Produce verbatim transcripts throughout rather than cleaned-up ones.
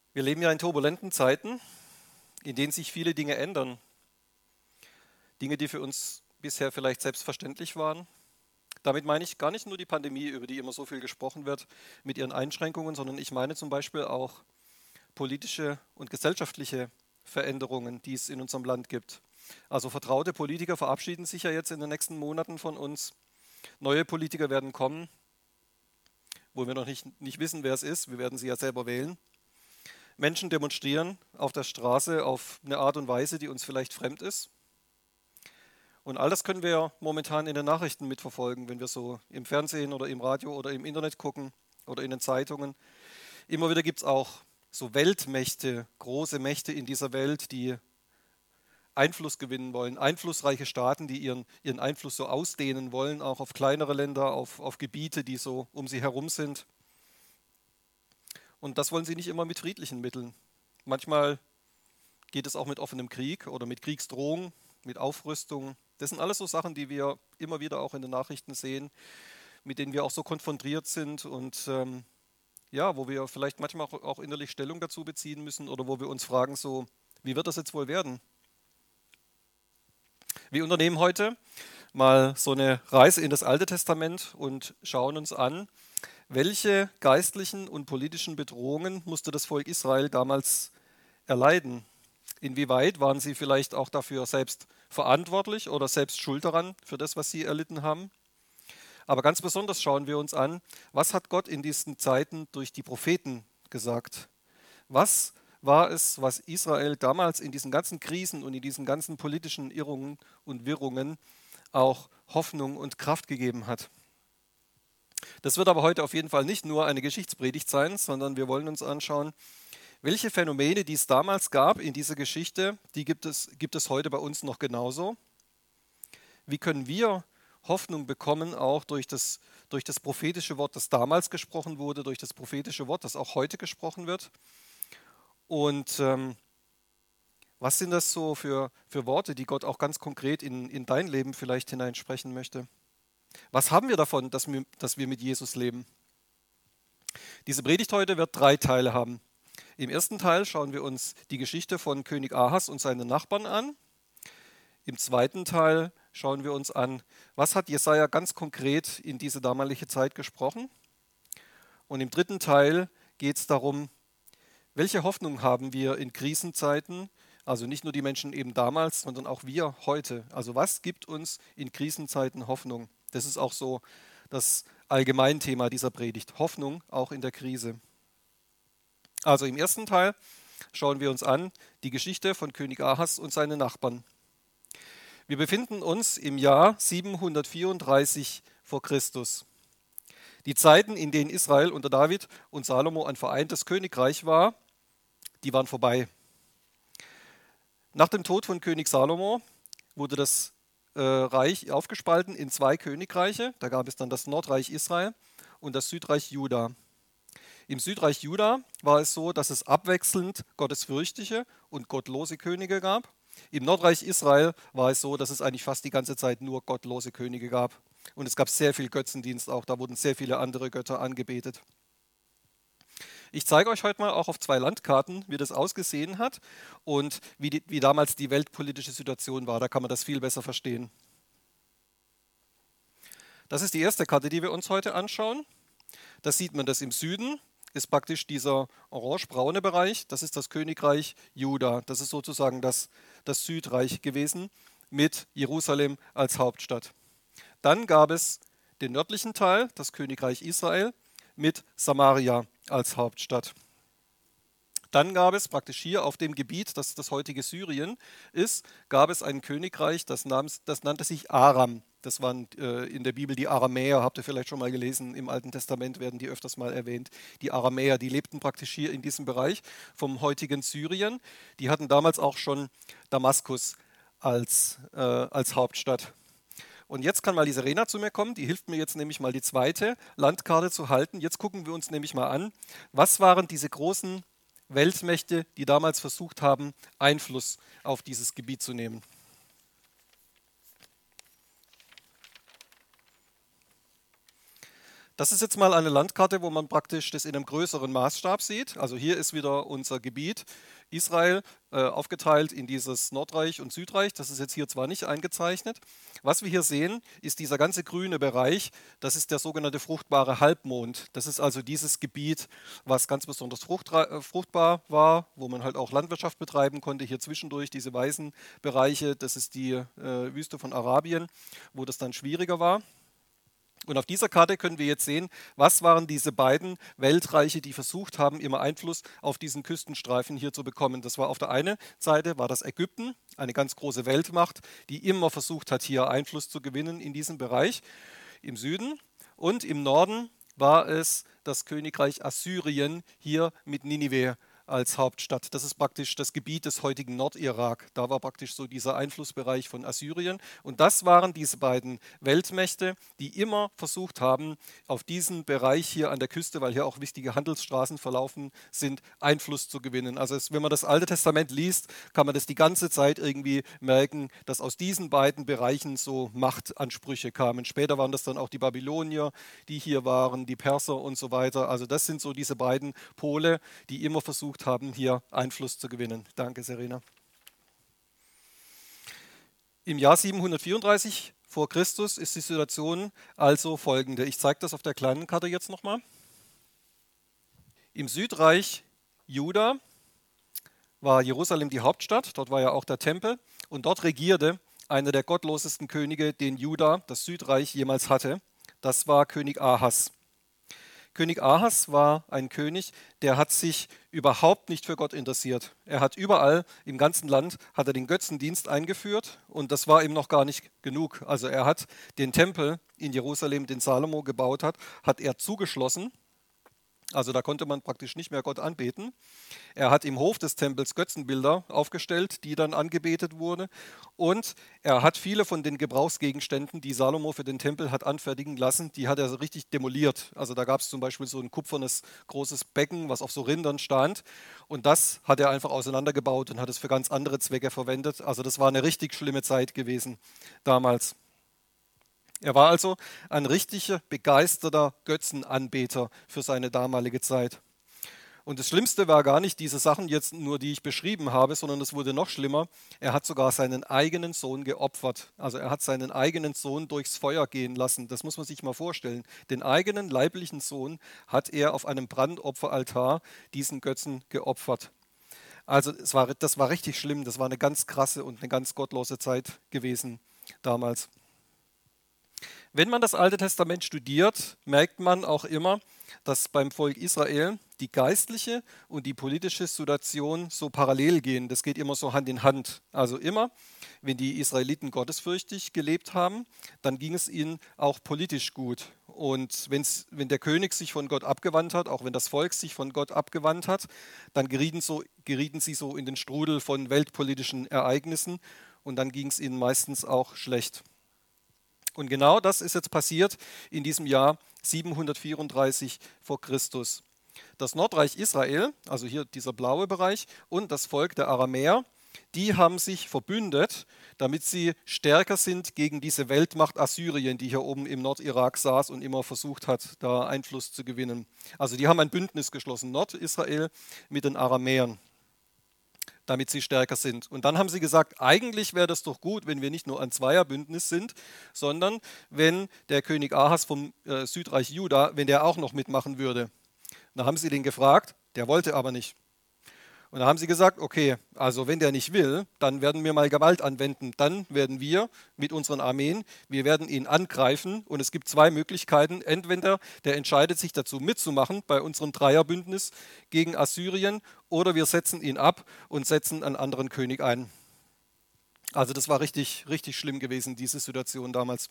Wir leben ja in turbulenten Zeiten, in denen sich viele Dinge ändern. Dinge, die für uns bisher vielleicht selbstverständlich waren. Damit meine ich gar nicht nur die Pandemie, über die immer so viel gesprochen wird, mit ihren Einschränkungen, sondern ich meine zum Beispiel auch politische und gesellschaftliche Veränderungen, die es in unserem Land gibt. Also vertraute Politiker verabschieden sich ja jetzt in den nächsten Monaten von uns. Neue Politiker werden kommen, wo wir noch nicht, nicht wissen, wer es ist. Wir werden sie ja selber wählen. Menschen demonstrieren auf der Straße auf eine Art und Weise, die uns vielleicht fremd ist. Und all das können wir ja momentan in den Nachrichten mitverfolgen, wenn wir so im Fernsehen oder im Radio oder im Internet gucken oder in den Zeitungen. Immer wieder gibt es auch so Weltmächte, große Mächte in dieser Welt, die Einfluss gewinnen wollen, einflussreiche Staaten, die ihren, ihren Einfluss so ausdehnen wollen, auch auf kleinere Länder, auf, auf Gebiete, die so um sie herum sind. Und das wollen sie nicht immer mit friedlichen Mitteln. Manchmal geht es auch mit offenem Krieg oder mit Kriegsdrohung, mit Aufrüstung. Das sind alles so Sachen, die wir immer wieder auch in den Nachrichten sehen, mit denen wir auch so konfrontiert sind und ähm, ja, wo wir vielleicht manchmal auch, auch innerlich Stellung dazu beziehen müssen oder wo wir uns fragen, so, wie wird das jetzt wohl werden? Wir unternehmen heute mal so eine Reise in das Alte Testament und schauen uns an, welche geistlichen und politischen Bedrohungen musste das Volk Israel damals erleiden? Inwieweit waren sie vielleicht auch dafür selbst verantwortlich oder selbst schuld daran, für das, was sie erlitten haben? Aber ganz besonders schauen wir uns an, was hat Gott in diesen Zeiten durch die Propheten gesagt? Was war es, was Israel damals in diesen ganzen Krisen und in diesen ganzen politischen Irrungen und Wirrungen auch Hoffnung und Kraft gegeben hat? Das wird aber heute auf jeden Fall nicht nur eine Geschichtspredigt sein, sondern wir wollen uns anschauen, welche Phänomene, die es damals gab in dieser Geschichte, die gibt es, gibt es heute bei uns noch genauso. Wie können wir Hoffnung bekommen, auch durch das, durch das prophetische Wort, das damals gesprochen wurde, durch das prophetische Wort, das auch heute gesprochen wird? Und ähm, was sind das so für, für Worte, die Gott auch ganz konkret in, in dein Leben vielleicht hineinsprechen möchte? Was haben wir davon, dass wir, dass wir mit Jesus leben? Diese Predigt heute wird drei Teile haben. Im ersten Teil schauen wir uns die Geschichte von König Ahas und seinen Nachbarn an. Im zweiten Teil schauen wir uns an, was hat Jesaja ganz konkret in diese damalige Zeit gesprochen. Und im dritten Teil geht es darum, welche Hoffnung haben wir in Krisenzeiten, also nicht nur die Menschen eben damals, sondern auch wir heute. Also was gibt uns in Krisenzeiten Hoffnung? Das ist auch so das Allgemeinthema dieser Predigt, Hoffnung auch in der Krise. Also im ersten Teil schauen wir uns an die Geschichte von König Ahas und seinen Nachbarn. Wir befinden uns im Jahr siebenhundertvierunddreißig vor Christus. Die Zeiten, in denen Israel unter David und Salomo ein vereintes Königreich war, die waren vorbei. Nach dem Tod von König Salomo wurde das äh, Reich aufgespalten in zwei Königreiche. Da gab es dann das Nordreich Israel und das Südreich Juda. Im Südreich Juda war es so, dass es abwechselnd gottesfürchtige und gottlose Könige gab. Im Nordreich Israel war es so, dass es eigentlich fast die ganze Zeit nur gottlose Könige gab. Und es gab sehr viel Götzendienst auch, da wurden sehr viele andere Götter angebetet. Ich zeige euch heute mal auch auf zwei Landkarten, wie das ausgesehen hat und wie, die, wie damals die weltpolitische Situation war. Da kann man das viel besser verstehen. Das ist die erste Karte, die wir uns heute anschauen. Da sieht man das im Süden, ist praktisch dieser orange-braune Bereich. Das ist das Königreich Juda. Das ist sozusagen das, das Südreich gewesen mit Jerusalem als Hauptstadt. Dann gab es den nördlichen Teil, das Königreich Israel, mit Samaria als Hauptstadt. Dann gab es praktisch hier auf dem Gebiet, das das heutige Syrien ist, gab es ein Königreich, das, nahm, das nannte sich Aram. Das waren äh, in der Bibel die Aramäer, habt ihr vielleicht schon mal gelesen, im Alten Testament werden die öfters mal erwähnt. Die Aramäer, die lebten praktisch hier in diesem Bereich vom heutigen Syrien. Die hatten damals auch schon Damaskus als, äh, als Hauptstadt. Und jetzt kann mal die Serena zu mir kommen, die hilft mir jetzt nämlich mal die zweite Landkarte zu halten. Jetzt gucken wir uns nämlich mal an, was waren diese großen Weltmächte, die damals versucht haben, Einfluss auf dieses Gebiet zu nehmen. Das ist jetzt mal eine Landkarte, wo man praktisch das in einem größeren Maßstab sieht. Also hier ist wieder unser Gebiet Israel äh, aufgeteilt in dieses Nordreich und Südreich. Das ist jetzt hier zwar nicht eingezeichnet. Was wir hier sehen, ist dieser ganze grüne Bereich. Das ist der sogenannte fruchtbare Halbmond. Das ist also dieses Gebiet, was ganz besonders fruchtra- äh, fruchtbar war, wo man halt auch Landwirtschaft betreiben konnte. Hier zwischendurch diese weißen Bereiche, das ist die äh, Wüste von Arabien, wo das dann schwieriger war. Und auf dieser Karte können wir jetzt sehen, was waren diese beiden Weltreiche, die versucht haben, immer Einfluss auf diesen Küstenstreifen hier zu bekommen. Das war auf der einen Seite war das Ägypten, eine ganz große Weltmacht, die immer versucht hat, hier Einfluss zu gewinnen in diesem Bereich im Süden. Und im Norden war es das Königreich Assyrien hier mit Ninive als Hauptstadt. Das ist praktisch das Gebiet des heutigen Nordirak. Da war praktisch so dieser Einflussbereich von Assyrien. Und das waren diese beiden Weltmächte, die immer versucht haben, auf diesen Bereich hier an der Küste, weil hier auch wichtige Handelsstraßen verlaufen sind, Einfluss zu gewinnen. Also es, wenn man das Alte Testament liest, kann man das die ganze Zeit irgendwie merken, dass aus diesen beiden Bereichen so Machtansprüche kamen. Später waren das dann auch die Babylonier, die hier waren, die Perser und so weiter. Also das sind so diese beiden Pole, die immer versucht haben, hier Einfluss zu gewinnen. Danke, Serena. Im Jahr siebenhundertvierunddreißig vor Christus ist die Situation also folgende. Ich zeige das auf der kleinen Karte jetzt nochmal. Im Südreich Juda war Jerusalem die Hauptstadt, dort war ja auch der Tempel und dort regierte einer der gottlosesten Könige, den Juda, das Südreich, jemals hatte. Das war König Ahas. König Ahas war ein König, der hat sich überhaupt nicht für Gott interessiert. Er hat überall im ganzen Land hat er den Götzendienst eingeführt und das war ihm noch gar nicht genug. Also er hat den Tempel in Jerusalem, den Salomo gebaut hat, hat er zugeschlossen. Also da konnte man praktisch nicht mehr Gott anbeten. Er hat im Hof des Tempels Götzenbilder aufgestellt, die dann angebetet wurden. Und er hat viele von den Gebrauchsgegenständen, die Salomo für den Tempel hat anfertigen lassen, die hat er so richtig demoliert. Also da gab es zum Beispiel so ein kupfernes großes Becken, was auf so Rindern stand. Und das hat er einfach auseinandergebaut und hat es für ganz andere Zwecke verwendet. Also das war eine richtig schlimme Zeit gewesen damals. Er war also ein richtiger, begeisterter Götzenanbeter für seine damalige Zeit. Und das Schlimmste war gar nicht diese Sachen jetzt nur, die ich beschrieben habe, sondern es wurde noch schlimmer. Er hat sogar seinen eigenen Sohn geopfert. Also er hat seinen eigenen Sohn durchs Feuer gehen lassen. Das muss man sich mal vorstellen. Den eigenen leiblichen Sohn hat er auf einem Brandopferaltar diesen Götzen geopfert. Also es war, das war richtig schlimm. Das war eine ganz krasse und eine ganz gottlose Zeit gewesen damals. Wenn man das Alte Testament studiert, merkt man auch immer, dass beim Volk Israel die geistliche und die politische Situation so parallel gehen. Das geht immer so Hand in Hand. Also immer, wenn die Israeliten gottesfürchtig gelebt haben, dann ging es ihnen auch politisch gut. Und wenn's, wenn der König sich von Gott abgewandt hat, auch wenn das Volk sich von Gott abgewandt hat, dann gerieten, so, gerieten sie so in den Strudel von weltpolitischen Ereignissen und dann ging es ihnen meistens auch schlecht. Und genau das ist jetzt passiert in diesem Jahr siebenhundertvierunddreißig vor Christus. Das Nordreich Israel, also hier dieser blaue Bereich, und das Volk der Aramäer, die haben sich verbündet, damit sie stärker sind gegen diese Weltmacht Assyrien, die hier oben im Nordirak saß und immer versucht hat, da Einfluss zu gewinnen. Also die haben ein Bündnis geschlossen, Nordisrael mit den Aramäern, damit sie stärker sind. Und dann haben sie gesagt, eigentlich wäre das doch gut, wenn wir nicht nur ein Zweierbündnis sind, sondern wenn der König Ahas vom äh, Südreich Juda, wenn der auch noch mitmachen würde. Da haben sie den gefragt, der wollte aber nicht. Und da haben sie gesagt, okay, also wenn der nicht will, dann werden wir mal Gewalt anwenden. Dann werden wir mit unseren Armeen, wir werden ihn angreifen. Und es gibt zwei Möglichkeiten. Entweder der entscheidet sich dazu mitzumachen bei unserem Dreierbündnis gegen Assyrien oder wir setzen ihn ab und setzen einen anderen König ein. Also das war richtig, richtig schlimm gewesen, diese Situation damals.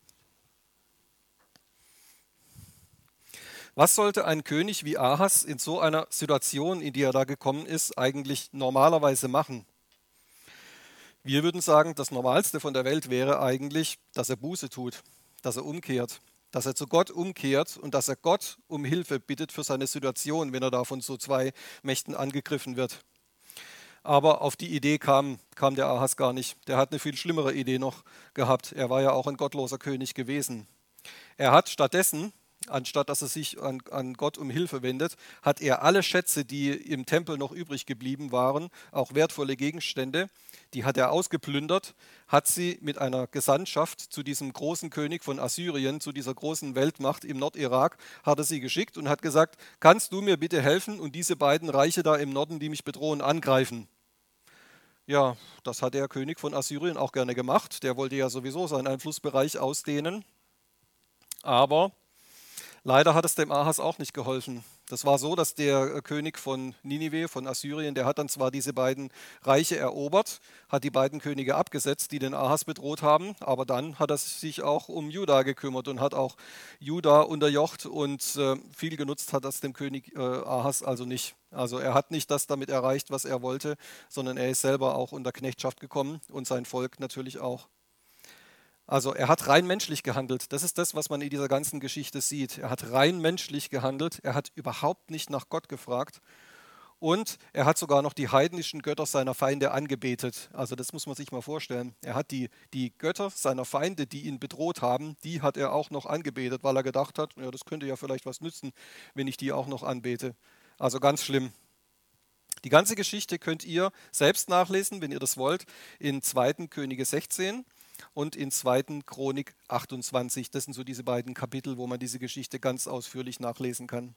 Was sollte ein König wie Ahas in so einer Situation, in die er da gekommen ist, eigentlich normalerweise machen? Wir würden sagen, das Normalste von der Welt wäre eigentlich, dass er Buße tut, dass er umkehrt, dass er zu Gott umkehrt und dass er Gott um Hilfe bittet für seine Situation, wenn er da von so zwei Mächten angegriffen wird. Aber auf die Idee kam, kam der Ahas gar nicht. Der hat eine viel schlimmere Idee noch gehabt. Er war ja auch ein gottloser König gewesen. Er hat stattdessen Anstatt dass er sich an, an Gott um Hilfe wendet, hat er alle Schätze, die im Tempel noch übrig geblieben waren, auch wertvolle Gegenstände, die hat er ausgeplündert, hat sie mit einer Gesandtschaft zu diesem großen König von Assyrien, zu dieser großen Weltmacht im Nordirak, hat er sie geschickt und hat gesagt, kannst du mir bitte helfen und diese beiden Reiche da im Norden, die mich bedrohen, angreifen? Ja, das hat der König von Assyrien auch gerne gemacht. Der wollte ja sowieso seinen Einflussbereich ausdehnen. Aber leider hat es dem Ahas auch nicht geholfen. Das war so, dass der König von Ninive, von Assyrien, der hat dann zwar diese beiden Reiche erobert, hat die beiden Könige abgesetzt, die den Ahas bedroht haben, aber dann hat er sich auch um Juda gekümmert und hat auch Juda unterjocht und äh, viel genutzt hat das dem König äh, Ahas also nicht. Also er hat nicht das damit erreicht, was er wollte, sondern er ist selber auch unter Knechtschaft gekommen und sein Volk natürlich auch. Also er hat rein menschlich gehandelt. Das ist das, was man in dieser ganzen Geschichte sieht. Er hat rein menschlich gehandelt. Er hat überhaupt nicht nach Gott gefragt. Und er hat sogar noch die heidnischen Götter seiner Feinde angebetet. Also das muss man sich mal vorstellen. Er hat die, die Götter seiner Feinde, die ihn bedroht haben, die hat er auch noch angebetet, weil er gedacht hat, ja, das könnte ja vielleicht was nützen, wenn ich die auch noch anbete. Also ganz schlimm. Die ganze Geschichte könnt ihr selbst nachlesen, wenn ihr das wollt, in zweiten Könige sechzehn und in zweiten Chronik achtundzwanzig. Das sind so diese beiden Kapitel, wo man diese Geschichte ganz ausführlich nachlesen kann.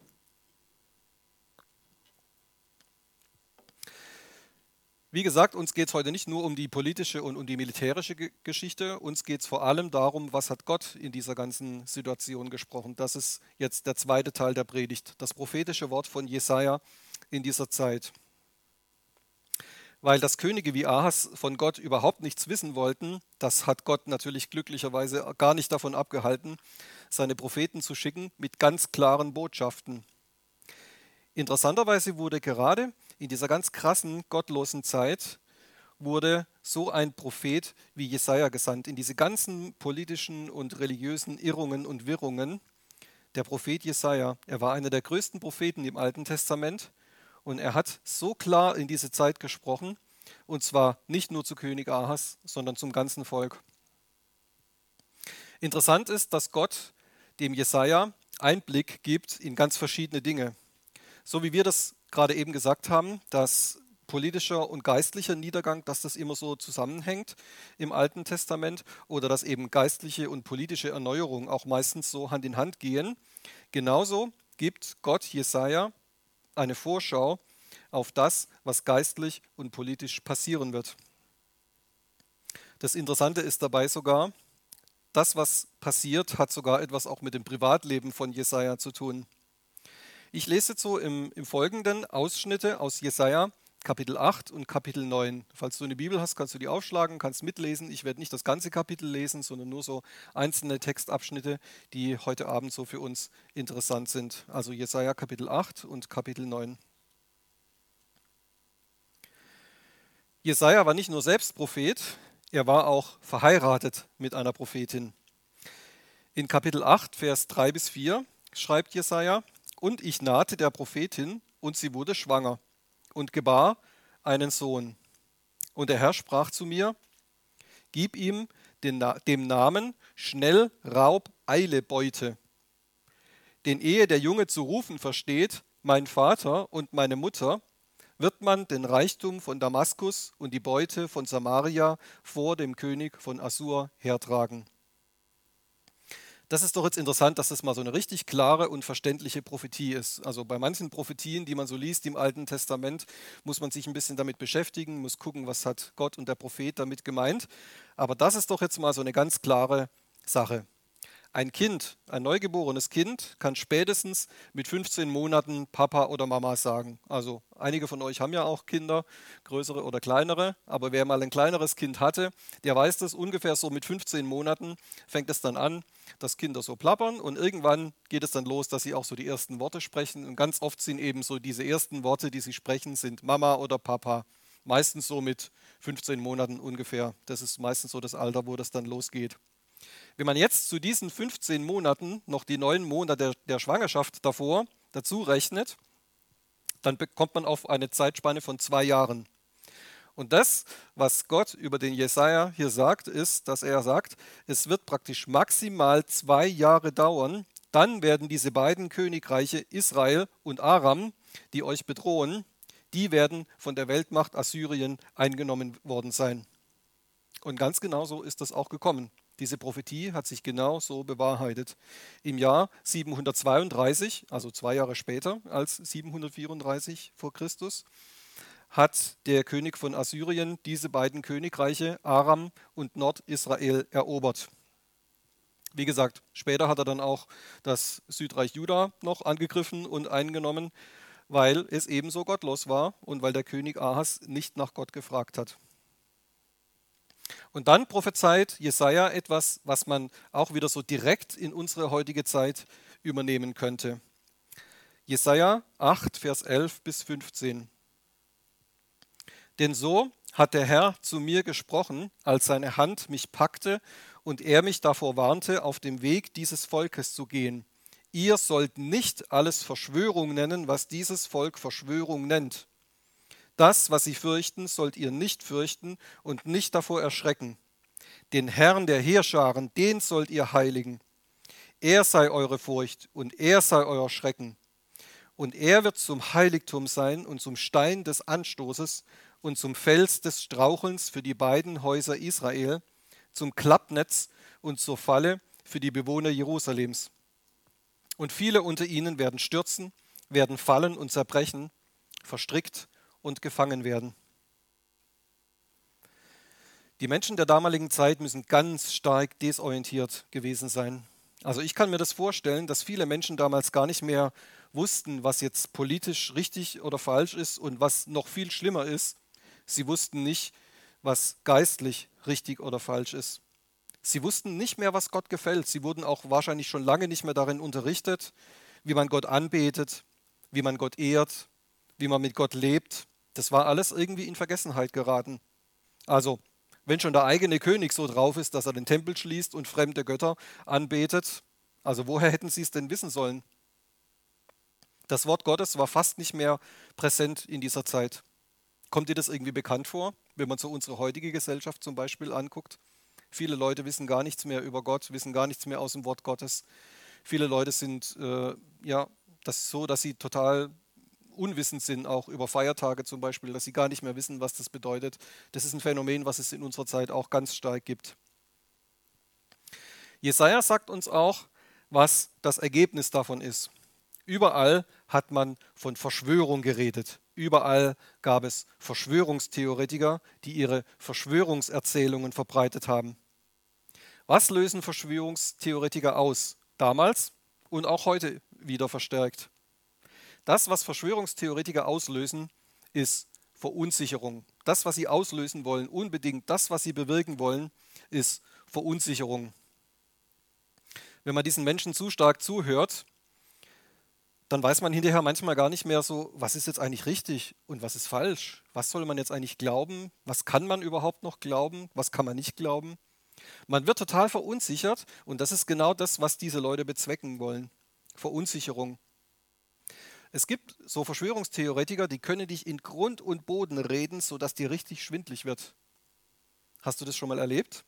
Wie gesagt, uns geht es heute nicht nur um die politische und um die militärische Ge- Geschichte, uns geht es vor allem darum, was hat Gott in dieser ganzen Situation gesprochen. Das ist jetzt der zweite Teil der Predigt, das prophetische Wort von Jesaja in dieser Zeit. Weil das Könige wie Ahas von Gott überhaupt nichts wissen wollten, das hat Gott natürlich glücklicherweise gar nicht davon abgehalten, seine Propheten zu schicken mit ganz klaren Botschaften. Interessanterweise wurde gerade in dieser ganz krassen, gottlosen Zeit, wurde so ein Prophet wie Jesaja gesandt. In diese ganzen politischen und religiösen Irrungen und Wirrungen. Der Prophet Jesaja, er war einer der größten Propheten im Alten Testament. Und er hat so klar in diese Zeit gesprochen, und zwar nicht nur zu König Ahas, sondern zum ganzen Volk. Interessant ist, dass Gott dem Jesaja Einblick gibt in ganz verschiedene Dinge. So wie wir das gerade eben gesagt haben, dass politischer und geistlicher Niedergang, dass das immer so zusammenhängt im Alten Testament oder dass eben geistliche und politische Erneuerung auch meistens so Hand in Hand gehen. Genauso gibt Gott Jesaja eine Vorschau auf das, was geistlich und politisch passieren wird. Das Interessante ist dabei sogar, das, was passiert, hat sogar etwas auch mit dem Privatleben von Jesaja zu tun. Ich lese jetzt so im, im Folgenden Ausschnitte aus Jesaja Kapitel acht und Kapitel neun. Falls du eine Bibel hast, kannst du die aufschlagen, kannst mitlesen. Ich werde nicht das ganze Kapitel lesen, sondern nur so einzelne Textabschnitte, die heute Abend so für uns interessant sind. Also Jesaja Kapitel acht und Kapitel neun. Jesaja war nicht nur selbst Prophet, er war auch verheiratet mit einer Prophetin. In Kapitel acht, Vers drei bis vier schreibt Jesaja: Und ich nahte der Prophetin, und sie wurde schwanger und gebar einen Sohn. Und der Herr sprach zu mir: Gib ihm den, dem Namen Schnell, Raub, Eile, Beute. Denn ehe der Junge zu rufen versteht, mein Vater und meine Mutter, wird man den Reichtum von Damaskus und die Beute von Samaria vor dem König von Assur hertragen. Das ist doch jetzt interessant, dass das mal so eine richtig klare und verständliche Prophetie ist. Also bei manchen Prophetien, die man so liest im Alten Testament, muss man sich ein bisschen damit beschäftigen, muss gucken, was hat Gott und der Prophet damit gemeint. Aber das ist doch jetzt mal so eine ganz klare Sache. Ein Kind, ein neugeborenes Kind, kann spätestens mit fünfzehn Monaten Papa oder Mama sagen. Also einige von euch haben ja auch Kinder, größere oder kleinere, aber wer mal ein kleineres Kind hatte, der weiß das, ungefähr so mit fünfzehn Monaten fängt es dann an, dass Kinder so plappern und irgendwann geht es dann los, dass sie auch so die ersten Worte sprechen und ganz oft sind eben so diese ersten Worte, die sie sprechen, sind Mama oder Papa. Meistens so mit fünfzehn Monaten ungefähr. Das ist meistens so das Alter, wo das dann losgeht. Wenn man jetzt zu diesen fünfzehn Monaten noch die neun Monate der, der Schwangerschaft davor dazu rechnet, dann kommt man auf eine Zeitspanne von zwei Jahren. Und das, was Gott über den Jesaja hier sagt, ist, dass er sagt, es wird praktisch maximal zwei Jahre dauern, Dann werden diese beiden Königreiche Israel und Aram, die euch bedrohen, die werden von der Weltmacht Assyrien eingenommen worden sein. Und ganz genau so ist das auch gekommen. Diese Prophetie hat sich genau so bewahrheitet. Im Jahr siebenhundertzweiunddreißig, also zwei Jahre später als siebenhundertvierunddreißig vor Christus, hat der König von Assyrien diese beiden Königreiche, Aram und Nordisrael, erobert. Wie gesagt, später hat er dann auch das Südreich Juda noch angegriffen und eingenommen, weil es ebenso gottlos war und weil der König Ahas nicht nach Gott gefragt hat. Und dann prophezeit Jesaja etwas, was man auch wieder so direkt in unsere heutige Zeit übernehmen könnte. Jesaja acht, Vers elf bis fünfzehn. Denn so hat der Herr zu mir gesprochen, als seine Hand mich packte und er mich davor warnte, auf dem Weg dieses Volkes zu gehen. Ihr sollt nicht alles Verschwörung nennen, was dieses Volk Verschwörung nennt. Das, was sie fürchten, sollt ihr nicht fürchten und nicht davor erschrecken. Den Herrn der Heerscharen, den sollt ihr heiligen. Er sei eure Furcht und er sei euer Schrecken. Und er wird zum Heiligtum sein und zum Stein des Anstoßes und zum Fels des Strauchelns für die beiden Häuser Israel, zum Klappnetz und zur Falle für die Bewohner Jerusalems. Und viele unter ihnen werden stürzen, werden fallen und zerbrechen, verstrickt und gefangen werden. Die Menschen der damaligen Zeit müssen ganz stark desorientiert gewesen sein. Also ich kann mir das vorstellen, dass viele Menschen damals gar nicht mehr wussten, was jetzt politisch richtig oder falsch ist und was noch viel schlimmer ist. Sie wussten nicht, was geistlich richtig oder falsch ist. Sie wussten nicht mehr, was Gott gefällt. Sie wurden auch wahrscheinlich schon lange nicht mehr darin unterrichtet, wie man Gott anbetet, wie man Gott ehrt, wie man mit Gott lebt. Das war alles irgendwie in Vergessenheit geraten. Also, wenn schon der eigene König so drauf ist, dass er den Tempel schließt und fremde Götter anbetet, also woher hätten sie es denn wissen sollen? Das Wort Gottes war fast nicht mehr präsent in dieser Zeit. Kommt dir das irgendwie bekannt vor, wenn man so unsere heutige Gesellschaft zum Beispiel anguckt? Viele Leute wissen gar nichts mehr über Gott, wissen gar nichts mehr aus dem Wort Gottes. Viele Leute sind äh, ja, das ist so, dass sie total unwissend sind, auch über Feiertage zum Beispiel, dass sie gar nicht mehr wissen, was das bedeutet. Das ist ein Phänomen, was es in unserer Zeit auch ganz stark gibt. Jesaja sagt uns auch, was das Ergebnis davon ist. Überall hat man von Verschwörung geredet. Überall gab es Verschwörungstheoretiker, die ihre Verschwörungserzählungen verbreitet haben. Was lösen Verschwörungstheoretiker aus? Damals und auch heute wieder verstärkt. Das, was Verschwörungstheoretiker auslösen, ist Verunsicherung. Das, was sie auslösen wollen, unbedingt das, was sie bewirken wollen, ist Verunsicherung. Wenn man diesen Menschen zu stark zuhört, dann weiß man hinterher manchmal gar nicht mehr so, was ist jetzt eigentlich richtig und was ist falsch? Was soll man jetzt eigentlich glauben? Was kann man überhaupt noch glauben? Was kann man nicht glauben? Man wird total verunsichert und das ist genau das, was diese Leute bezwecken wollen. Verunsicherung. Es gibt so Verschwörungstheoretiker, die können dich in Grund und Boden reden, sodass dir richtig schwindlig wird. Hast du das schon mal erlebt?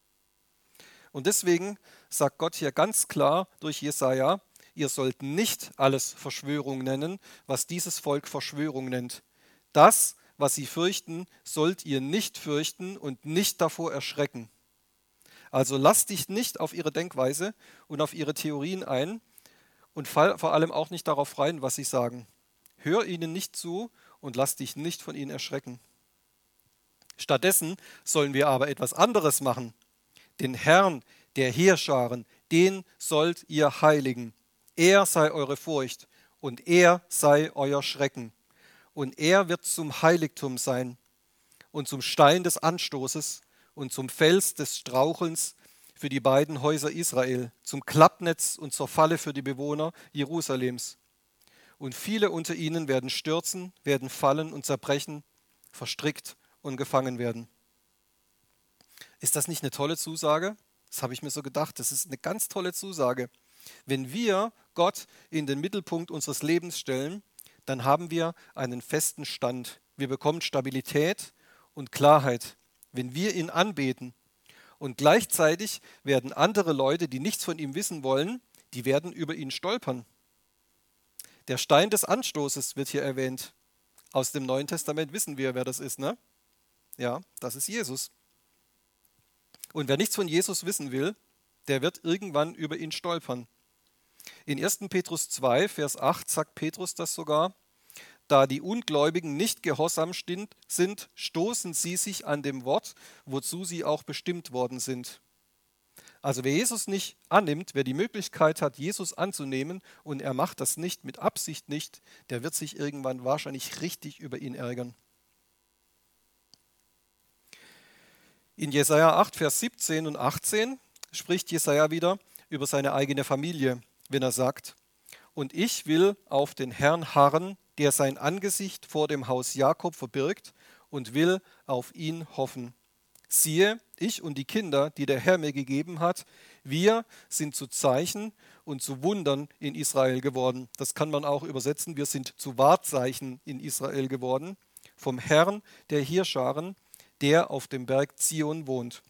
Und deswegen sagt Gott hier ganz klar durch Jesaja, ihr sollt nicht alles Verschwörung nennen, was dieses Volk Verschwörung nennt. Das, was sie fürchten, sollt ihr nicht fürchten und nicht davor erschrecken. Also lass dich nicht auf ihre Denkweise und auf ihre Theorien ein und fall vor allem auch nicht darauf rein, was sie sagen. Hör ihnen nicht zu und lass dich nicht von ihnen erschrecken. Stattdessen sollen wir aber etwas anderes machen. Den Herrn der Heerscharen, den sollt ihr heiligen. Er sei eure Furcht und er sei euer Schrecken. Und er wird zum Heiligtum sein und zum Stein des Anstoßes und zum Fels des Strauchelns für die beiden Häuser Israel, zum Klappnetz und zur Falle für die Bewohner Jerusalems. Und viele unter ihnen werden stürzen, werden fallen und zerbrechen, verstrickt und gefangen werden. Ist das nicht eine tolle Zusage? Das habe ich mir so gedacht. Das ist eine ganz tolle Zusage. Wenn wir Gott in den Mittelpunkt unseres Lebens stellen, dann haben wir einen festen Stand. Wir bekommen Stabilität und Klarheit, wenn wir ihn anbeten. Und gleichzeitig werden andere Leute, die nichts von ihm wissen wollen, die werden über ihn stolpern. Der Stein des Anstoßes wird hier erwähnt. Aus dem Neuen Testament wissen wir, wer das ist, ne? Ja, das ist Jesus. Und wer nichts von Jesus wissen will, der wird irgendwann über ihn stolpern. In ersten Petrus zwei, Vers acht sagt Petrus das sogar: Da die Ungläubigen nicht gehorsam sind, stoßen sie sich an dem Wort, wozu sie auch bestimmt worden sind. Also wer Jesus nicht annimmt, wer die Möglichkeit hat, Jesus anzunehmen, und er macht das nicht, mit Absicht nicht, der wird sich irgendwann wahrscheinlich richtig über ihn ärgern. In Jesaja acht, Vers siebzehn und achtzehn spricht Jesaja wieder über seine eigene Familie, wenn er sagt: Und ich will auf den Herrn harren, der sein Angesicht vor dem Haus Jakob verbirgt, und will auf ihn hoffen. Siehe, ich und die Kinder, die der Herr mir gegeben hat, wir sind zu Zeichen und zu Wundern in Israel geworden. Das kann man auch übersetzen: Wir sind zu Wahrzeichen in Israel geworden, vom Herrn der Heerscharen, der auf dem Berg Zion wohnt.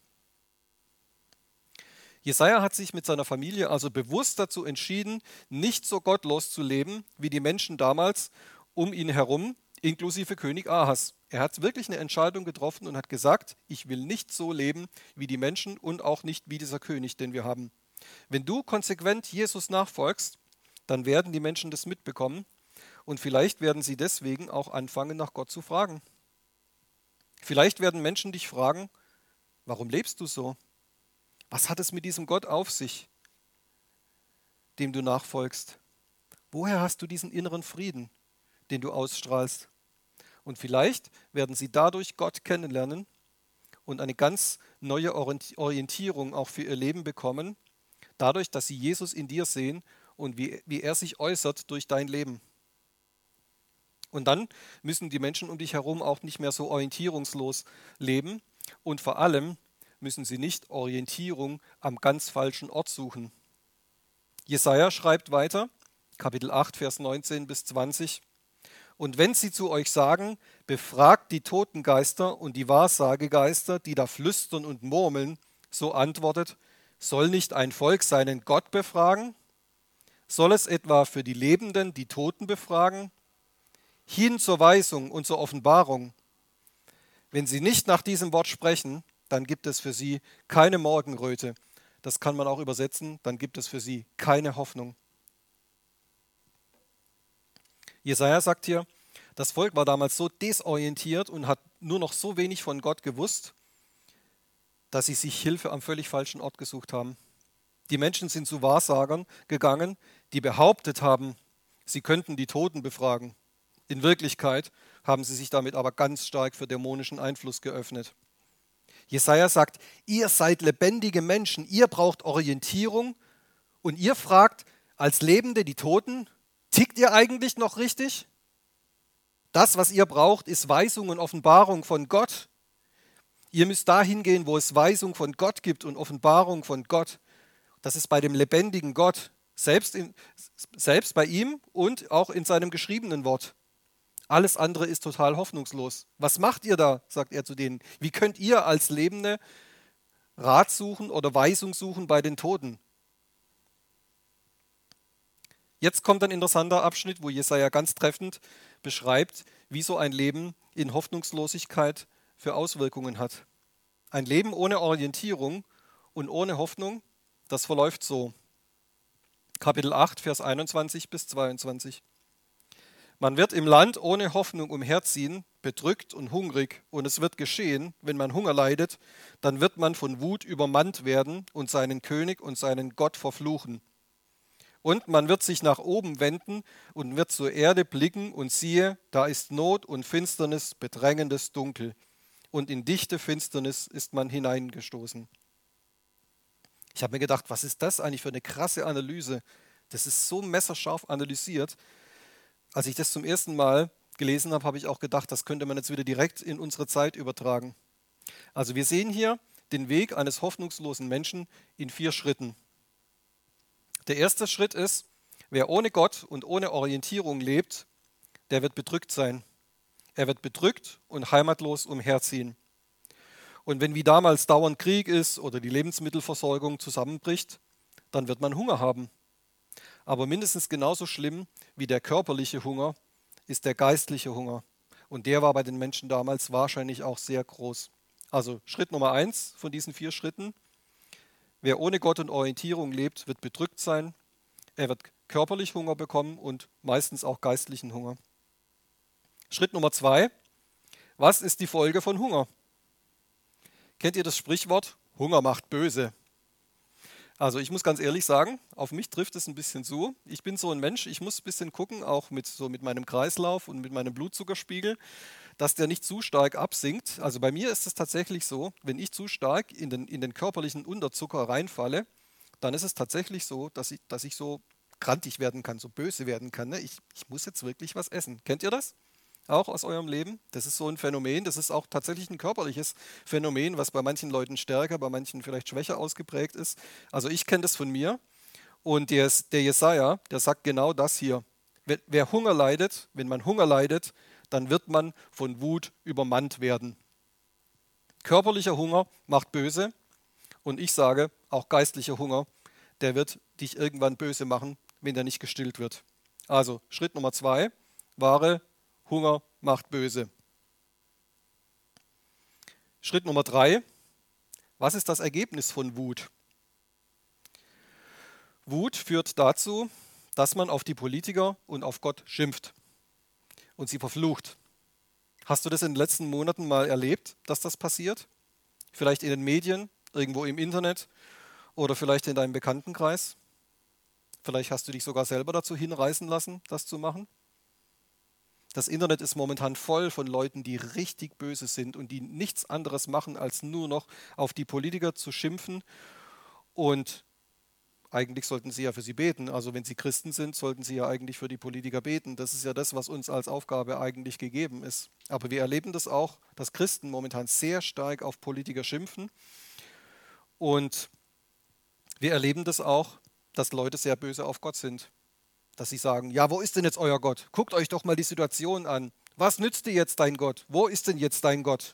Jesaja hat sich mit seiner Familie also bewusst dazu entschieden, nicht so gottlos zu leben wie die Menschen damals um ihn herum, inklusive König Ahas. Er hat wirklich eine Entscheidung getroffen und hat gesagt: Ich will nicht so leben wie die Menschen und auch nicht wie dieser König, den wir haben. Wenn du konsequent Jesus nachfolgst, dann werden die Menschen das mitbekommen und vielleicht werden sie deswegen auch anfangen, nach Gott zu fragen. Vielleicht werden Menschen dich fragen: Warum lebst du so? Was hat es mit diesem Gott auf sich, dem du nachfolgst? Woher hast du diesen inneren Frieden, den du ausstrahlst? Und vielleicht werden sie dadurch Gott kennenlernen und eine ganz neue Orientierung auch für ihr Leben bekommen, dadurch, dass sie Jesus in dir sehen und wie, wie er sich äußert durch dein Leben. Und dann müssen die Menschen um dich herum auch nicht mehr so orientierungslos leben und vor allem müssen sie nicht Orientierung am ganz falschen Ort suchen. Jesaja schreibt weiter, Kapitel acht, Vers neunzehn bis zwanzig: Und wenn sie zu euch sagen, befragt die Totengeister und die Wahrsagegeister, die da flüstern und murmeln, so antwortet: Soll nicht ein Volk seinen Gott befragen? Soll es etwa für die Lebenden die Toten befragen? Hin zur Weisung und zur Offenbarung. Wenn sie nicht nach diesem Wort sprechen, dann gibt es für sie keine Morgenröte. Das kann man auch übersetzen: Dann gibt es für sie keine Hoffnung. Jesaja sagt hier, das Volk war damals so desorientiert und hat nur noch so wenig von Gott gewusst, dass sie sich Hilfe am völlig falschen Ort gesucht haben. Die Menschen sind zu Wahrsagern gegangen, die behauptet haben, sie könnten die Toten befragen. In Wirklichkeit haben sie sich damit aber ganz stark für dämonischen Einfluss geöffnet. Jesaja sagt: Ihr seid lebendige Menschen, ihr braucht Orientierung und ihr fragt als Lebende die Toten: Tickt ihr eigentlich noch richtig? Das, was ihr braucht, ist Weisung und Offenbarung von Gott. Ihr müsst dahin gehen, wo es Weisung von Gott gibt und Offenbarung von Gott. Das ist bei dem lebendigen Gott, selbst, in, selbst bei ihm und auch in seinem geschriebenen Wort. Alles andere ist total hoffnungslos. Was macht ihr da, sagt er zu denen. Wie könnt ihr als Lebende Rat suchen oder Weisung suchen bei den Toten? Jetzt kommt ein interessanter Abschnitt, wo Jesaja ganz treffend beschreibt, wie so ein Leben in Hoffnungslosigkeit für Auswirkungen hat. Ein Leben ohne Orientierung und ohne Hoffnung, das verläuft so. Kapitel acht, Vers einundzwanzig bis zweiundzwanzig. Man wird im Land ohne Hoffnung umherziehen, bedrückt und hungrig, und es wird geschehen, wenn man Hunger leidet, dann wird man von Wut übermannt werden und seinen König und seinen Gott verfluchen. Und man wird sich nach oben wenden und wird zur Erde blicken, und siehe, da ist Not und Finsternis, bedrängendes Dunkel. Und in dichte Finsternis ist man hineingestoßen. Ich habe mir gedacht, was ist das eigentlich für eine krasse Analyse? Das ist so messerscharf analysiert. Als ich das zum ersten Mal gelesen habe, habe ich auch gedacht, das könnte man jetzt wieder direkt in unsere Zeit übertragen. Also wir sehen hier den Weg eines hoffnungslosen Menschen in vier Schritten. Der erste Schritt ist, wer ohne Gott und ohne Orientierung lebt, der wird bedrückt sein. Er wird bedrückt und heimatlos umherziehen. Und wenn wie damals dauernd Krieg ist oder die Lebensmittelversorgung zusammenbricht, dann wird man Hunger haben. Aber mindestens genauso schlimm wie der körperliche Hunger ist der geistliche Hunger. Und der war bei den Menschen damals wahrscheinlich auch sehr groß. Also Schritt Nummer eins von diesen vier Schritten. Wer ohne Gott und Orientierung lebt, wird bedrückt sein. Er wird körperlich Hunger bekommen und meistens auch geistlichen Hunger. Schritt Nummer zwei. Was ist die Folge von Hunger? Kennt ihr das Sprichwort? Hunger macht böse. Also ich muss ganz ehrlich sagen, auf mich trifft es ein bisschen zu. Ich bin so ein Mensch, ich muss ein bisschen gucken, auch mit, so mit meinem Kreislauf und mit meinem Blutzuckerspiegel, dass der nicht zu stark absinkt. Also bei mir ist es tatsächlich so, wenn ich zu stark in den, in den körperlichen Unterzucker reinfalle, dann ist es tatsächlich so, dass ich, dass ich so grantig werden kann, so böse werden kann. Ne? Ich, ich muss jetzt wirklich was essen. Kennt ihr das? Auch aus eurem Leben? Das ist so ein Phänomen, das ist auch tatsächlich ein körperliches Phänomen, was bei manchen Leuten stärker, bei manchen vielleicht schwächer ausgeprägt ist. Also ich kenne das von mir und der, der Jesaja, der sagt genau das hier. Wer, wer Hunger leidet, wenn man Hunger leidet, dann wird man von Wut übermannt werden. Körperlicher Hunger macht böse und ich sage, auch geistlicher Hunger, der wird dich irgendwann böse machen, wenn der nicht gestillt wird. Also Schritt Nummer zwei, wahre Hunger macht böse. Schritt Nummer drei. Was ist das Ergebnis von Wut? Wut führt dazu, dass man auf die Politiker und auf Gott schimpft und sie verflucht. Hast du das in den letzten Monaten mal erlebt, dass das passiert? Vielleicht in den Medien, irgendwo im Internet oder vielleicht in deinem Bekanntenkreis? Vielleicht hast du dich sogar selber dazu hinreißen lassen, das zu machen? Das Internet ist momentan voll von Leuten, die richtig böse sind und die nichts anderes machen, als nur noch auf die Politiker zu schimpfen. Und eigentlich sollten sie ja für sie beten. Also wenn sie Christen sind, sollten sie ja eigentlich für die Politiker beten. Das ist ja das, was uns als Aufgabe eigentlich gegeben ist. Aber wir erleben das auch, dass Christen momentan sehr stark auf Politiker schimpfen. Und wir erleben das auch, dass Leute sehr böse auf Gott sind. Dass sie sagen, ja, wo ist denn jetzt euer Gott? Guckt euch doch mal die Situation an. Was nützt dir jetzt dein Gott? Wo ist denn jetzt dein Gott?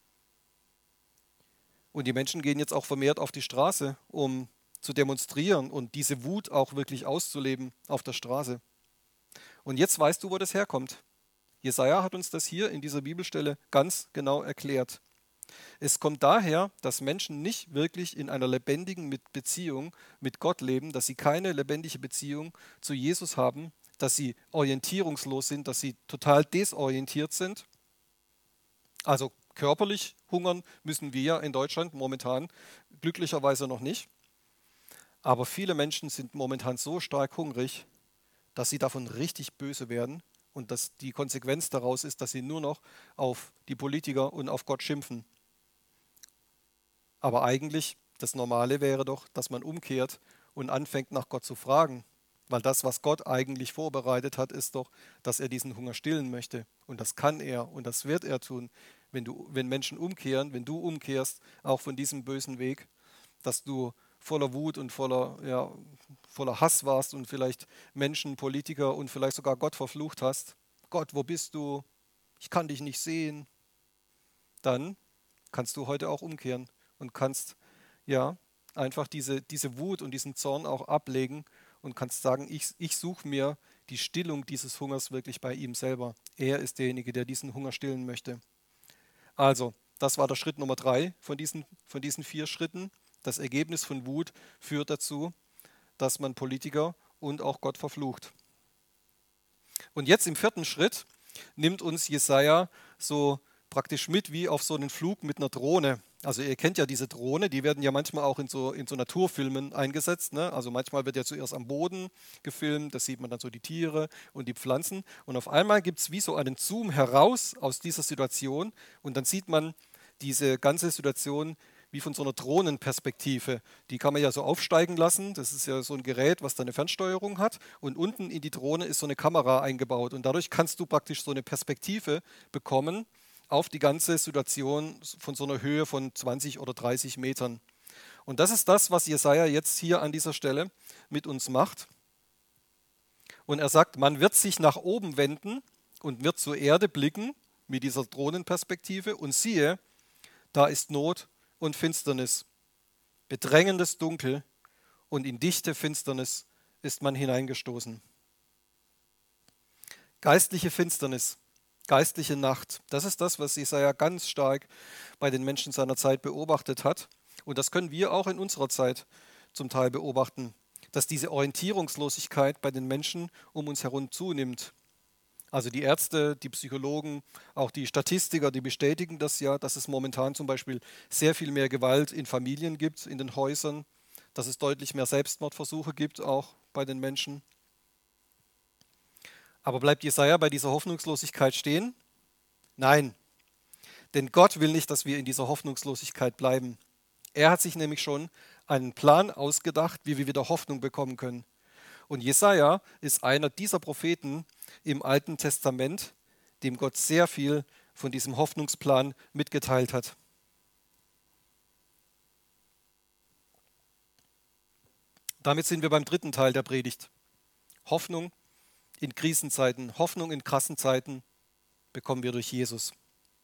Und die Menschen gehen jetzt auch vermehrt auf die Straße, um zu demonstrieren und diese Wut auch wirklich auszuleben auf der Straße. Und jetzt weißt du, wo das herkommt. Jesaja hat uns das hier in dieser Bibelstelle ganz genau erklärt. Es kommt daher, dass Menschen nicht wirklich in einer lebendigen Beziehung mit Gott leben, dass sie keine lebendige Beziehung zu Jesus haben, dass sie orientierungslos sind, dass sie total desorientiert sind. Also körperlich hungern müssen wir ja in Deutschland momentan glücklicherweise noch nicht. Aber viele Menschen sind momentan so stark hungrig, dass sie davon richtig böse werden und dass die Konsequenz daraus ist, dass sie nur noch auf die Politiker und auf Gott schimpfen. Aber eigentlich, das Normale wäre doch, dass man umkehrt und anfängt nach Gott zu fragen. Weil das, was Gott eigentlich vorbereitet hat, ist doch, dass er diesen Hunger stillen möchte. Und das kann er und das wird er tun, wenn, du, wenn Menschen umkehren, wenn du umkehrst, auch von diesem bösen Weg, dass du voller Wut und voller, ja, voller Hass warst und vielleicht Menschen, Politiker und vielleicht sogar Gott verflucht hast. Gott, wo bist du? Ich kann dich nicht sehen. Dann kannst du heute auch umkehren und kannst ja einfach diese, diese Wut und diesen Zorn auch ablegen und kannst sagen, ich, ich suche mir die Stillung dieses Hungers wirklich bei ihm selber. Er ist derjenige, der diesen Hunger stillen möchte. Also, das war der Schritt Nummer drei von diesen, von diesen vier Schritten. Das Ergebnis von Wut führt dazu, dass man Politiker und auch Gott verflucht. Und jetzt im vierten Schritt nimmt uns Jesaja so praktisch mit wie auf so einen Flug mit einer Drohne. Also ihr kennt ja diese Drohne, die werden ja manchmal auch in so, in so Naturfilmen eingesetzt. Ne? Also manchmal wird ja zuerst am Boden gefilmt, da sieht man dann so die Tiere und die Pflanzen. Und auf einmal gibt es wie so einen Zoom heraus aus dieser Situation und dann sieht man diese ganze Situation wie von so einer Drohnenperspektive. Die kann man ja so aufsteigen lassen. Das ist ja so ein Gerät, was da eine Fernsteuerung hat. Und unten in die Drohne ist so eine Kamera eingebaut. Und dadurch kannst du praktisch so eine Perspektive bekommen auf die ganze Situation von so einer Höhe von zwanzig oder dreißig Metern. Und das ist das, was Jesaja jetzt hier an dieser Stelle mit uns macht. Und er sagt, man wird sich nach oben wenden und wird zur Erde blicken mit dieser Drohnenperspektive und siehe, da ist Not und Finsternis, bedrängendes Dunkel und in dichte Finsternis ist man hineingestoßen. Geistliche Finsternis, geistliche Nacht, das ist das, was Jesaja ganz stark bei den Menschen seiner Zeit beobachtet hat. Und das können wir auch in unserer Zeit zum Teil beobachten, dass diese Orientierungslosigkeit bei den Menschen um uns herum zunimmt. Also die Ärzte, die Psychologen, auch die Statistiker, die bestätigen das ja, dass es momentan zum Beispiel sehr viel mehr Gewalt in Familien gibt, in den Häusern, dass es deutlich mehr Selbstmordversuche gibt, auch bei den Menschen. Aber bleibt Jesaja bei dieser Hoffnungslosigkeit stehen? Nein, denn Gott will nicht, dass wir in dieser Hoffnungslosigkeit bleiben. Er hat sich nämlich schon einen Plan ausgedacht, wie wir wieder Hoffnung bekommen können. Und Jesaja ist einer dieser Propheten im Alten Testament, dem Gott sehr viel von diesem Hoffnungsplan mitgeteilt hat. Damit sind wir beim dritten Teil der Predigt. Hoffnung in Krisenzeiten, Hoffnung in krassen Zeiten bekommen wir durch Jesus.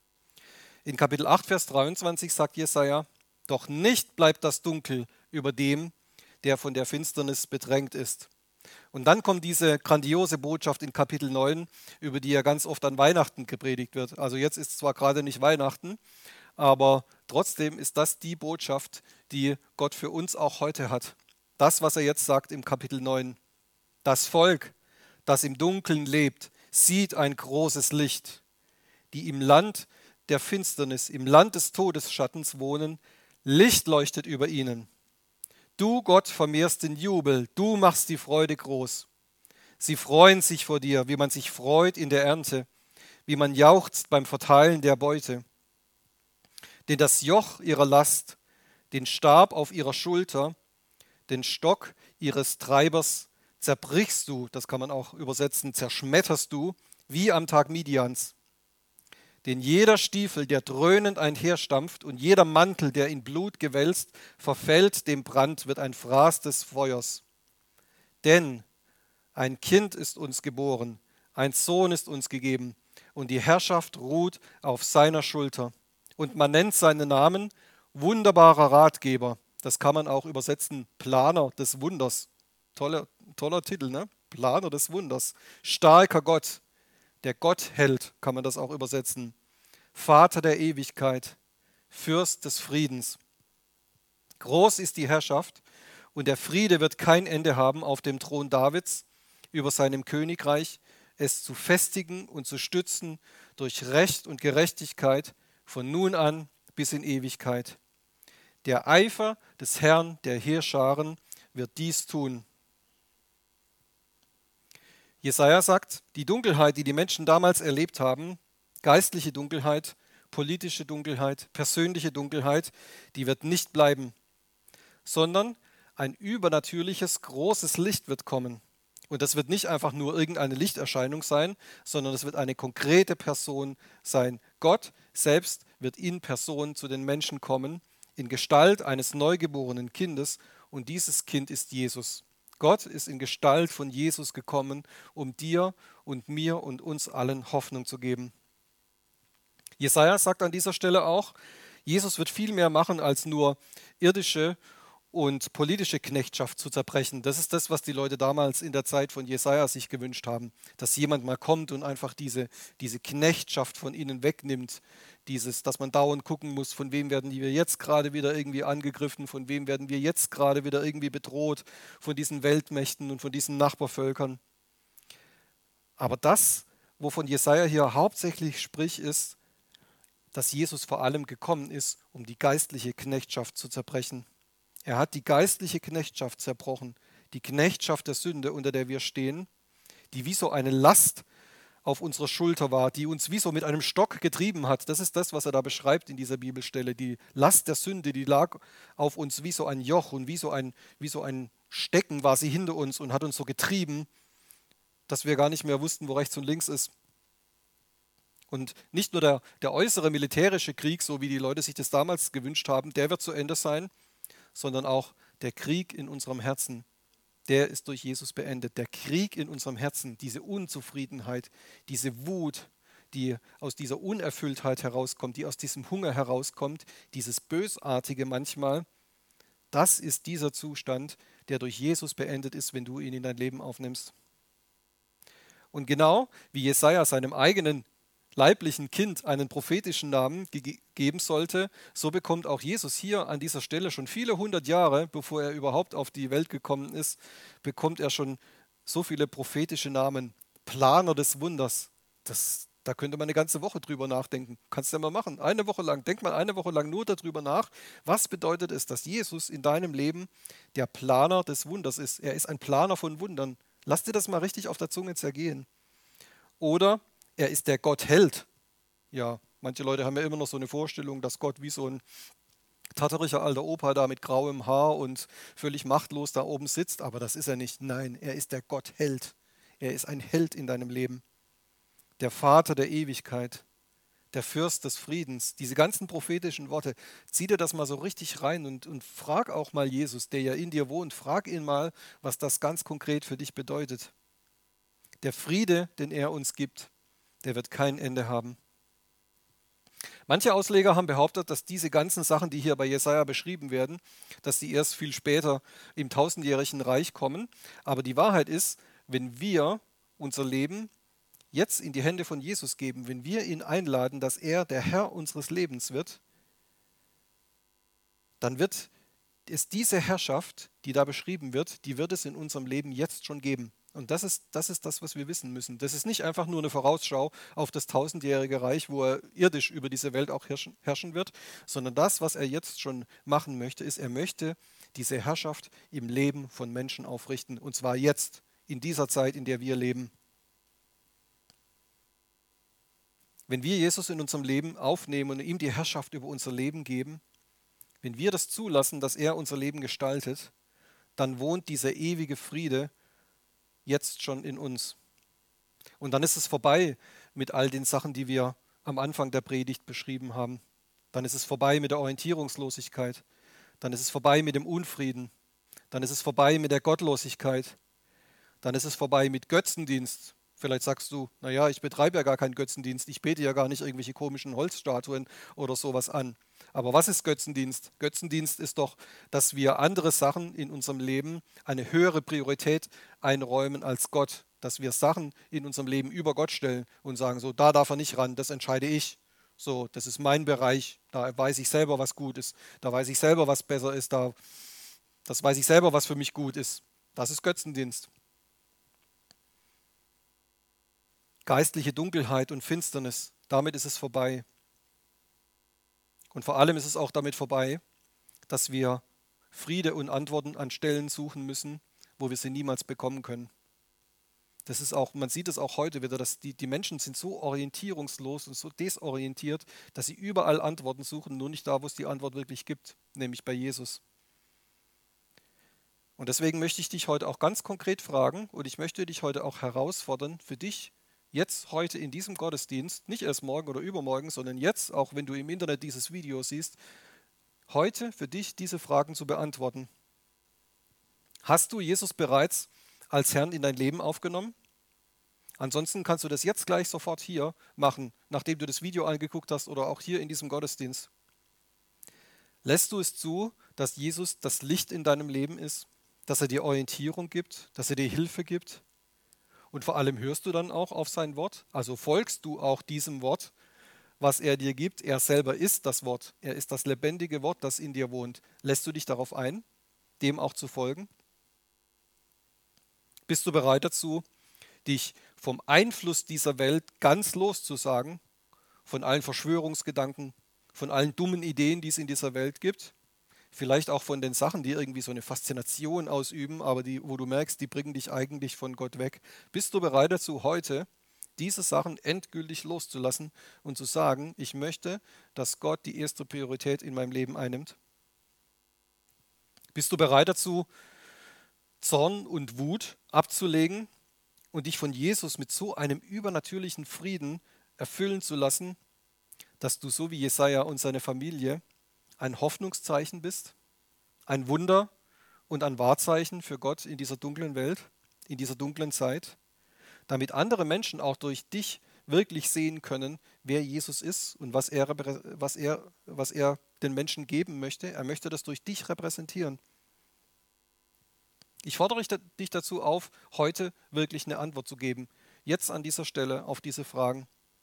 In Kapitel acht, Vers dreiundzwanzig sagt Jesaja: Doch nicht bleibt das Dunkel über dem, der von der Finsternis bedrängt ist. Und dann kommt diese grandiose Botschaft in Kapitel neun, über die ja ganz oft an Weihnachten gepredigt wird. Also jetzt ist zwar gerade nicht Weihnachten, aber trotzdem ist das die Botschaft, die Gott für uns auch heute hat. Das, was er jetzt sagt im Kapitel neun. Das Volk, das im Dunkeln lebt, sieht ein großes Licht. Die im Land der Finsternis, im Land des Todesschattens wohnen, Licht leuchtet über ihnen. Du, Gott, vermehrst den Jubel, du machst die Freude groß. Sie freuen sich vor dir, wie man sich freut in der Ernte, wie man jauchzt beim Verteilen der Beute. Denn das Joch ihrer Last, den Stab auf ihrer Schulter, den Stock ihres Treibers zerbrichst du, das kann man auch übersetzen, zerschmetterst du, wie am Tag Midians. Denn jeder Stiefel, der dröhnend einherstampft, und jeder Mantel, der in Blut gewälzt, verfällt dem Brand, wird ein Fraß des Feuers. Denn ein Kind ist uns geboren, ein Sohn ist uns gegeben, und die Herrschaft ruht auf seiner Schulter. Und man nennt seinen Namen wunderbarer Ratgeber. Das kann man auch übersetzen, Planer des Wunders. Toller, toller Titel, ne? Planer des Wunders. Starker Gott. Der Gottheld kann man das auch übersetzen. Vater der Ewigkeit, Fürst des Friedens. Groß ist die Herrschaft und der Friede wird kein Ende haben auf dem Thron Davids über seinem Königreich, es zu festigen und zu stützen durch Recht und Gerechtigkeit von nun an bis in Ewigkeit. Der Eifer des Herrn der Heerscharen wird dies tun. Jesaja sagt, die Dunkelheit, die die Menschen damals erlebt haben, geistliche Dunkelheit, politische Dunkelheit, persönliche Dunkelheit, die wird nicht bleiben, sondern ein übernatürliches, großes Licht wird kommen. Und das wird nicht einfach nur irgendeine Lichterscheinung sein, sondern es wird eine konkrete Person sein. Gott selbst wird in Person zu den Menschen kommen, in Gestalt eines neugeborenen Kindes, und dieses Kind ist Jesus. Gott ist in Gestalt von Jesus gekommen, um dir und mir und uns allen Hoffnung zu geben. Jesaja sagt an dieser Stelle auch, Jesus wird viel mehr machen, als nur irdische und politische Knechtschaft zu zerbrechen. Das ist das, was die Leute damals in der Zeit von Jesaja sich gewünscht haben, dass jemand mal kommt und einfach diese, diese Knechtschaft von ihnen wegnimmt, dieses, dass man dauernd gucken muss, von wem werden wir jetzt gerade wieder irgendwie angegriffen, von wem werden wir jetzt gerade wieder irgendwie bedroht, von diesen Weltmächten und von diesen Nachbarvölkern. Aber das, wovon Jesaja hier hauptsächlich spricht, ist, dass Jesus vor allem gekommen ist, um die geistliche Knechtschaft zu zerbrechen. Er hat die geistliche Knechtschaft zerbrochen, die Knechtschaft der Sünde, unter der wir stehen, die wie so eine Last auf unserer Schulter war, die uns wie so mit einem Stock getrieben hat. Das ist das, was er da beschreibt in dieser Bibelstelle. Die Last der Sünde, die lag auf uns wie so ein Joch und wie so ein, wie so ein Stecken war sie hinter uns und hat uns so getrieben, dass wir gar nicht mehr wussten, wo rechts und links ist. Und nicht nur der, der äußere militärische Krieg, so wie die Leute sich das damals gewünscht haben, der wird zu Ende sein, sondern auch der Krieg in unserem Herzen, der ist durch Jesus beendet. Der Krieg in unserem Herzen, diese Unzufriedenheit, diese Wut, die aus dieser Unerfülltheit herauskommt, die aus diesem Hunger herauskommt, dieses Bösartige manchmal, das ist dieser Zustand, der durch Jesus beendet ist, wenn du ihn in dein Leben aufnimmst. Und genau wie Jesaja seinem eigenen leiblichen Kind einen prophetischen Namen ge- geben sollte, so bekommt auch Jesus hier an dieser Stelle schon viele hundert Jahre, bevor er überhaupt auf die Welt gekommen ist, bekommt er schon so viele prophetische Namen. Planer des Wunders. Das, da könnte man eine ganze Woche drüber nachdenken. Kannst du ja mal machen. Eine Woche lang. Denk mal eine Woche lang nur darüber nach. Was bedeutet es, dass Jesus in deinem Leben der Planer des Wunders ist? Er ist ein Planer von Wundern. Lass dir das mal richtig auf der Zunge zergehen. Oder er ist der Gottheld. Ja, manche Leute haben ja immer noch so eine Vorstellung, dass Gott wie so ein tatterischer alter Opa da mit grauem Haar und völlig machtlos da oben sitzt. Aber das ist er nicht. Nein, er ist der Gottheld. Er ist ein Held in deinem Leben. Der Vater der Ewigkeit. Der Fürst des Friedens. Diese ganzen prophetischen Worte. Zieh dir das mal so richtig rein und, und frag auch mal Jesus, der ja in dir wohnt. Frag ihn mal, was das ganz konkret für dich bedeutet. Der Friede, den er uns gibt, der wird kein Ende haben. Manche Ausleger haben behauptet, dass diese ganzen Sachen, die hier bei Jesaja beschrieben werden, dass sie erst viel später im tausendjährigen Reich kommen. Aber die Wahrheit ist, wenn wir unser Leben jetzt in die Hände von Jesus geben, wenn wir ihn einladen, dass er der Herr unseres Lebens wird, dann wird es diese Herrschaft, die da beschrieben wird, die wird es in unserem Leben jetzt schon geben. Und das ist, das ist das, was wir wissen müssen. Das ist nicht einfach nur eine Vorausschau auf das tausendjährige Reich, wo er irdisch über diese Welt auch herrschen, herrschen wird, sondern das, was er jetzt schon machen möchte, ist, er möchte diese Herrschaft im Leben von Menschen aufrichten. Und zwar jetzt, in dieser Zeit, in der wir leben. Wenn wir Jesus in unserem Leben aufnehmen und ihm die Herrschaft über unser Leben geben, wenn wir das zulassen, dass er unser Leben gestaltet, dann wohnt dieser ewige Friede jetzt schon in uns. Und dann ist es vorbei mit all den Sachen, die wir am Anfang der Predigt beschrieben haben. Dann ist es vorbei mit der Orientierungslosigkeit. Dann ist es vorbei mit dem Unfrieden. Dann ist es vorbei mit der Gottlosigkeit. Dann ist es vorbei mit Götzendienst. Vielleicht sagst du, naja, ich betreibe ja gar keinen Götzendienst, ich bete ja gar nicht irgendwelche komischen Holzstatuen oder sowas an. Aber was ist Götzendienst? Götzendienst ist doch, dass wir andere Sachen in unserem Leben eine höhere Priorität einräumen als Gott. Dass wir Sachen in unserem Leben über Gott stellen und sagen, so, da darf er nicht ran, das entscheide ich. So, das ist mein Bereich, da weiß ich selber, was gut ist. Da weiß ich selber, was besser ist. Da, das weiß ich selber, was für mich gut ist. Das ist Götzendienst. Geistliche Dunkelheit und Finsternis, damit ist es vorbei. Und vor allem ist es auch damit vorbei, dass wir Friede und Antworten an Stellen suchen müssen, wo wir sie niemals bekommen können. Das ist auch, man sieht es auch heute wieder, dass die, die Menschen sind so orientierungslos und so desorientiert, dass sie überall Antworten suchen, nur nicht da, wo es die Antwort wirklich gibt, nämlich bei Jesus. Und deswegen möchte ich dich heute auch ganz konkret fragen und ich möchte dich heute auch herausfordern, für dich jetzt, heute in diesem Gottesdienst, nicht erst morgen oder übermorgen, sondern jetzt, auch wenn du im Internet dieses Video siehst, heute für dich diese Fragen zu beantworten. Hast du Jesus bereits als Herrn in dein Leben aufgenommen? Ansonsten kannst du das jetzt gleich sofort hier machen, nachdem du das Video angeguckt hast oder auch hier in diesem Gottesdienst. Lässt du es zu, dass Jesus das Licht in deinem Leben ist, dass er dir Orientierung gibt, dass er dir Hilfe gibt? Und vor allem hörst du dann auch auf sein Wort, also folgst du auch diesem Wort, was er dir gibt. Er selber ist das Wort, er ist das lebendige Wort, das in dir wohnt. Lässt du dich darauf ein, dem auch zu folgen? Bist du bereit dazu, dich vom Einfluss dieser Welt ganz loszusagen, von allen Verschwörungsgedanken, von allen dummen Ideen, die es in dieser Welt gibt? Vielleicht auch von den Sachen, die irgendwie so eine Faszination ausüben, aber die, wo du merkst, die bringen dich eigentlich von Gott weg. Bist du bereit dazu, heute diese Sachen endgültig loszulassen und zu sagen, ich möchte, dass Gott die erste Priorität in meinem Leben einnimmt? Bist du bereit dazu, Zorn und Wut abzulegen und dich von Jesus mit so einem übernatürlichen Frieden erfüllen zu lassen, dass du so wie Jesaja und seine Familie ein Hoffnungszeichen bist, ein Wunder und ein Wahrzeichen für Gott in dieser dunklen Welt, in dieser dunklen Zeit, damit andere Menschen auch durch dich wirklich sehen können, wer Jesus ist und was er, was er, was er den Menschen geben möchte. Er möchte das durch dich repräsentieren. Ich fordere dich dazu auf, heute wirklich eine Antwort zu geben. Jetzt an dieser Stelle auf diese Fragen.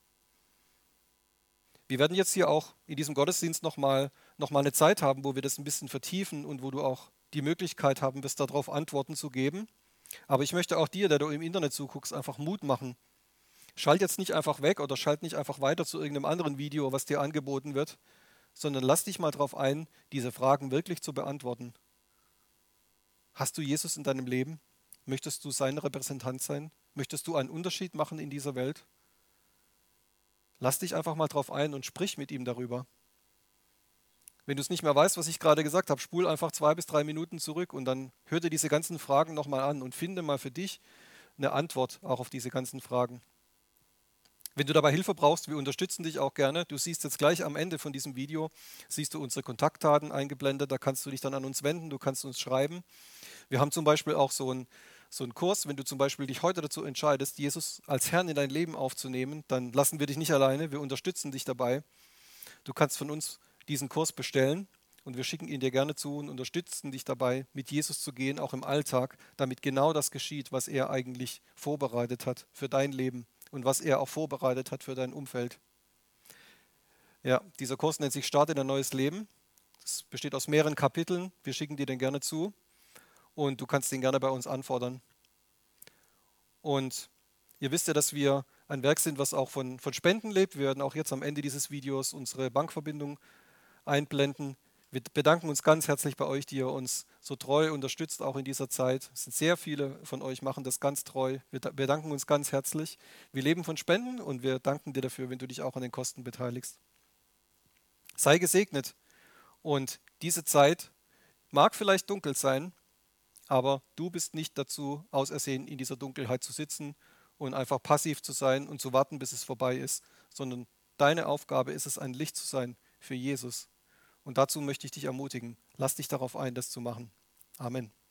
Wir werden jetzt hier auch in diesem Gottesdienst nochmal noch mal eine Zeit haben, wo wir das ein bisschen vertiefen und wo du auch die Möglichkeit haben wirst, darauf Antworten zu geben. Aber ich möchte auch dir, der du im Internet zuguckst, einfach Mut machen. Schalt jetzt nicht einfach weg oder schalt nicht einfach weiter zu irgendeinem anderen Video, was dir angeboten wird, sondern lass dich mal darauf ein, diese Fragen wirklich zu beantworten. Hast du Jesus in deinem Leben? Möchtest du sein Repräsentant sein? Möchtest du einen Unterschied machen in dieser Welt? Lass dich einfach mal drauf ein und sprich mit ihm darüber. Wenn du es nicht mehr weißt, was ich gerade gesagt habe, spul einfach zwei bis drei Minuten zurück und dann hör dir diese ganzen Fragen nochmal an und finde mal für dich eine Antwort auch auf diese ganzen Fragen. Wenn du dabei Hilfe brauchst, wir unterstützen dich auch gerne. Du siehst jetzt gleich am Ende von diesem Video, siehst du unsere Kontaktdaten eingeblendet, da kannst du dich dann an uns wenden, du kannst uns schreiben. Wir haben zum Beispiel auch so einen so einen Kurs, wenn du zum Beispiel dich heute dazu entscheidest, Jesus als Herrn in dein Leben aufzunehmen, dann lassen wir dich nicht alleine, wir unterstützen dich dabei. Du kannst von uns diesen Kurs bestellen und wir schicken ihn dir gerne zu und unterstützen dich dabei, mit Jesus zu gehen, auch im Alltag, damit genau das geschieht, was er eigentlich vorbereitet hat für dein Leben und was er auch vorbereitet hat für dein Umfeld. Ja, dieser Kurs nennt sich Start in ein neues Leben. Es besteht aus mehreren Kapiteln. Wir schicken dir den gerne zu und du kannst den gerne bei uns anfordern. Und ihr wisst ja, dass wir ein Werk sind, was auch von, von Spenden lebt. Wir werden auch jetzt am Ende dieses Videos unsere Bankverbindung einblenden. Wir bedanken uns ganz herzlich bei euch, die ihr uns so treu unterstützt, auch in dieser Zeit. Es sind sehr viele von euch, machen das ganz treu. Wir bedanken uns ganz herzlich. Wir leben von Spenden und wir danken dir dafür, wenn du dich auch an den Kosten beteiligst. Sei gesegnet. Und diese Zeit mag vielleicht dunkel sein, aber du bist nicht dazu ausersehen, in dieser Dunkelheit zu sitzen und einfach passiv zu sein und zu warten, bis es vorbei ist, sondern deine Aufgabe ist es, ein Licht zu sein für Jesus. Und dazu möchte ich dich ermutigen. Lass dich darauf ein, das zu machen. Amen.